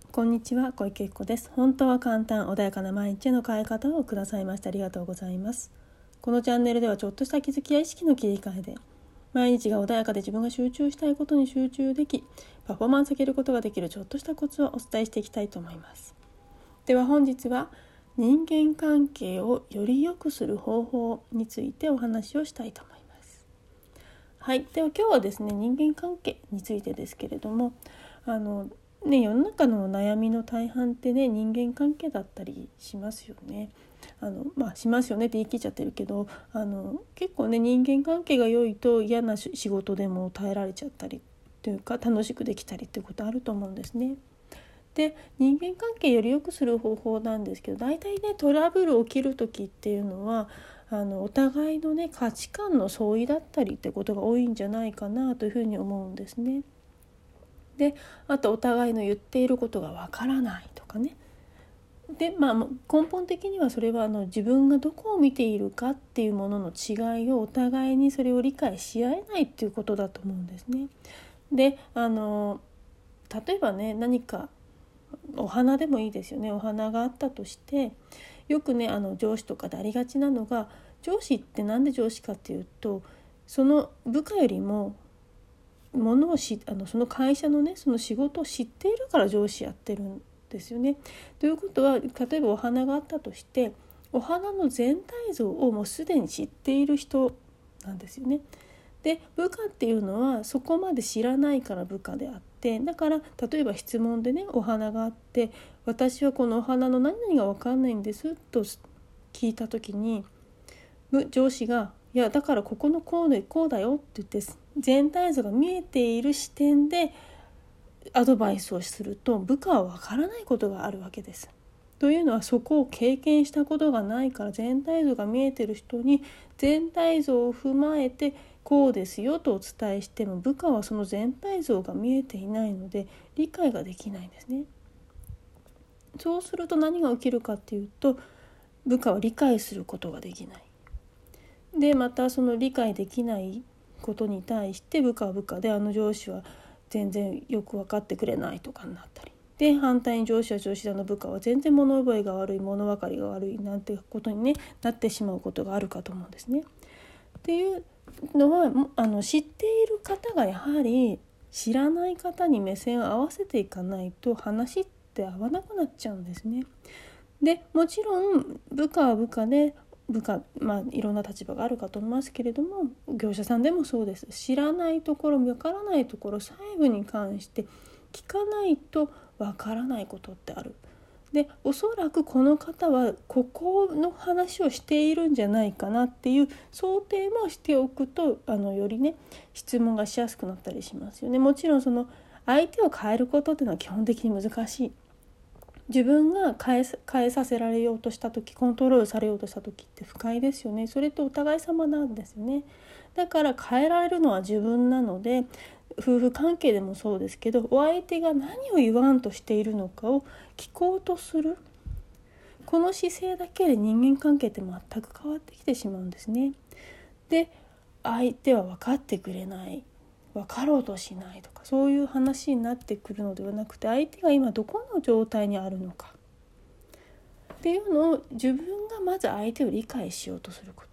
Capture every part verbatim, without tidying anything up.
こんにちは、小池子です。本当は簡単、穏やかな毎日への変え方をくださいましてありがとうございます。このチャンネルではちょっとした気づきや意識の切り替えで毎日が穏やかで自分が集中したいことに集中でき、パフォーマンスを上げることができるちょっとしたコツをお伝えしていきたいと思います。では本日は人間関係をより良くする方法についてお話をしたいと思います。はい、では今日はですね、人間関係についてですけれども、あのね、世の中の悩みの大半ってね、人間関係だったりしますよね。あのまあしますよねって言い切っちゃってるけど、あの結構ね、人間関係が良いと嫌な仕事でも耐えられちゃったりというか、楽しくできたりっていうことあると思うんですね。で、人間関係より良くする方法なんですけど、大体ね、トラブル起きる時っていうのはあのお互いのね、価値観の相違だったりってことが多いんじゃないかなというふうに思うんですね。で、あとお互いの言っていることがわからないとかね。で、まあ、根本的にはそれはあの自分がどこを見ているかっていうものの違いをお互いにそれを理解し合えないっていうことだと思うんですね。で、あの例えばね、何かお花でもいいですよね。お花があったとして、よくね、あの上司とかでありがちなのが、上司ってなんで上司かっていうと、その部下よりもものをしあのその会社のね、その仕事を知っているから上司やってるんですよね。ということは、例えばお花があったとして、お花の全体像をもうすでに知っている人なんですよね。で、部下っていうのはそこまで知らないから部下であって、だから例えば質問でね、お花があって、私はこのお花の何々が分かんないんですと聞いた時に、上司がいやだからここのこうでこうだよって言って全体像が見えている視点でアドバイスをすると、部下はわからないことがあるわけです。というのは、そこを経験したことがないから、全体像が見えている人に全体像を踏まえてこうですよとお伝えしても、部下はその全体像が見えていないので理解ができないんですね。そうすると何が起きるかっていうと、部下は理解することができない。で、またその理解できないことに対して部下は部下で、あの上司は全然よく分かってくれないとかになったり、で反対に上司は上司で、あの部下は全然物覚えが悪い、物分かりが悪いなんてことに、ね、なってしまうことがあるかと思うんですね。っていうのは、あの知っている方がやはり知らない方に目線を合わせていかないと話って合わなくなっちゃうんですね。で、もちろん部下は部下で、部下、まあ、いろんな立場があるかと思いますけれども、業者さんでもそうです。知らないところ、わからないところ、細部に関して聞かないとわからないことってある。で、おそらくこの方はここの話をしているんじゃないかなっていう想定もしておくと、あのよりね、質問がしやすくなったりしますよね。もちろんその相手を変えることっていうのは基本的に難しい。自分が変え、変えさせられようとした時、コントロールされようとした時って不快ですよね。それってお互い様なんですよね。だから変えられるのは自分なので、夫婦関係でもそうですけど、お相手が何を言わんとしているのかを聞こうとする、この姿勢だけで人間関係って全く変わってきてしまうんですね。で、相手は分かってくれない、分かろうとしないとか、そういう話になってくるのではなくて、相手が今どこの状態にあるのかっていうのを、自分がまず相手を理解しようとすること。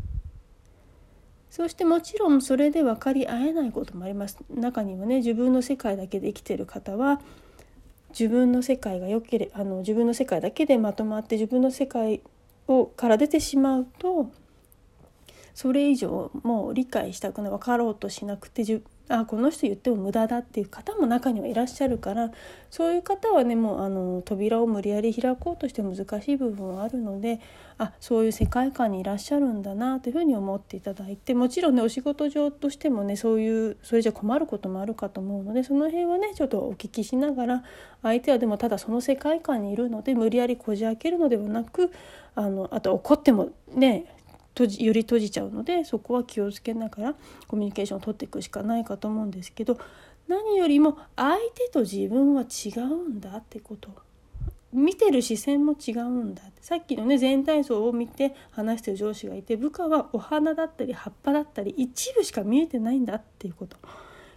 そしてもちろんそれで分かり合えないこともあります。中にはね、自分の世界だけで生きている方は、自分の世界が良ければ、あの自分の世界だけでまとまって自分の世界をから出てしまうと、それ以上もう理解したくない、分かろうとしなくて、じあこの人言っても無駄だっていう方も中にはいらっしゃるから、そういう方はね、もうあの扉を無理やり開こうとして難しい部分はあるので、あそういう世界観にいらっしゃるんだなというふうに思っていただいて、もちろんね、お仕事上としてもね、そういうそれじゃ困ることもあるかと思うので、その辺はねちょっとお聞きしながら、相手はでもただその世界観にいるので、無理やりこじ開けるのではなく、あのあと怒ってもね閉じより閉じちゃうので、そこは気をつけながらコミュニケーションを取っていくしかないかと思うんですけど、何よりも相手と自分は違うんだってこと、見てる視線も違うんだって。さっきのね、全体像を見て話してる上司がいて、部下はお花だったり葉っぱだったり一部しか見えてないんだっていうこと。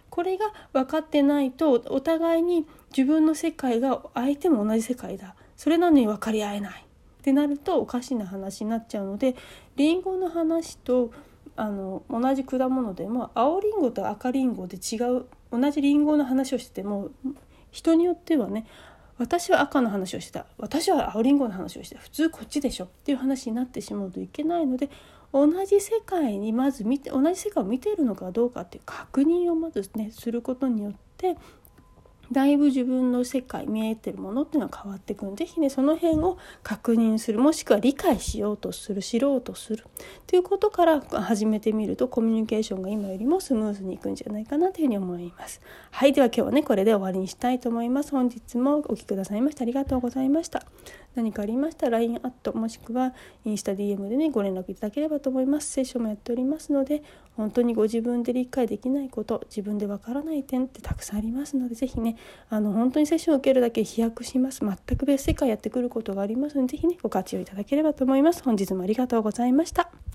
これが分かってないとお互いに自分の世界が相手も同じ世界だ、それなのに分かり合えないってなるとおかしな話になっちゃうので、リンゴの話とあの同じ果物でも青リンゴと赤リンゴで違う、同じリンゴの話をしてても人によってはね、私は赤の話をしてた、私は青リンゴの話をしてた、普通こっちでしょっていう話になってしまうといけないので、同じ世界にまず見て同じ世界を見ているのかどうかっていう確認をまずねすることによって、だいぶ自分の世界見えてるものっていうのは変わってくるので、ぜひねその辺を確認する、もしくは理解しようとする、知ろうとするということから始めてみると、コミュニケーションが今よりもスムーズにいくんじゃないかなというふうに思います。はい、では今日はねこれで終わりにしたいと思います。本日もお聞きくださいましてありがとうございました。何かありましたら ライン アットもしくはインスタ ディーエム でねご連絡いただければと思います。セッションもやっておりますので、本当にご自分で理解できないこと、自分でわからない点ってたくさんありますので、ぜひねあの本当にセッションを受けるだけ飛躍します。全く別世界やってくることがありますので、ぜひねご活用いただければと思います。本日もありがとうございました。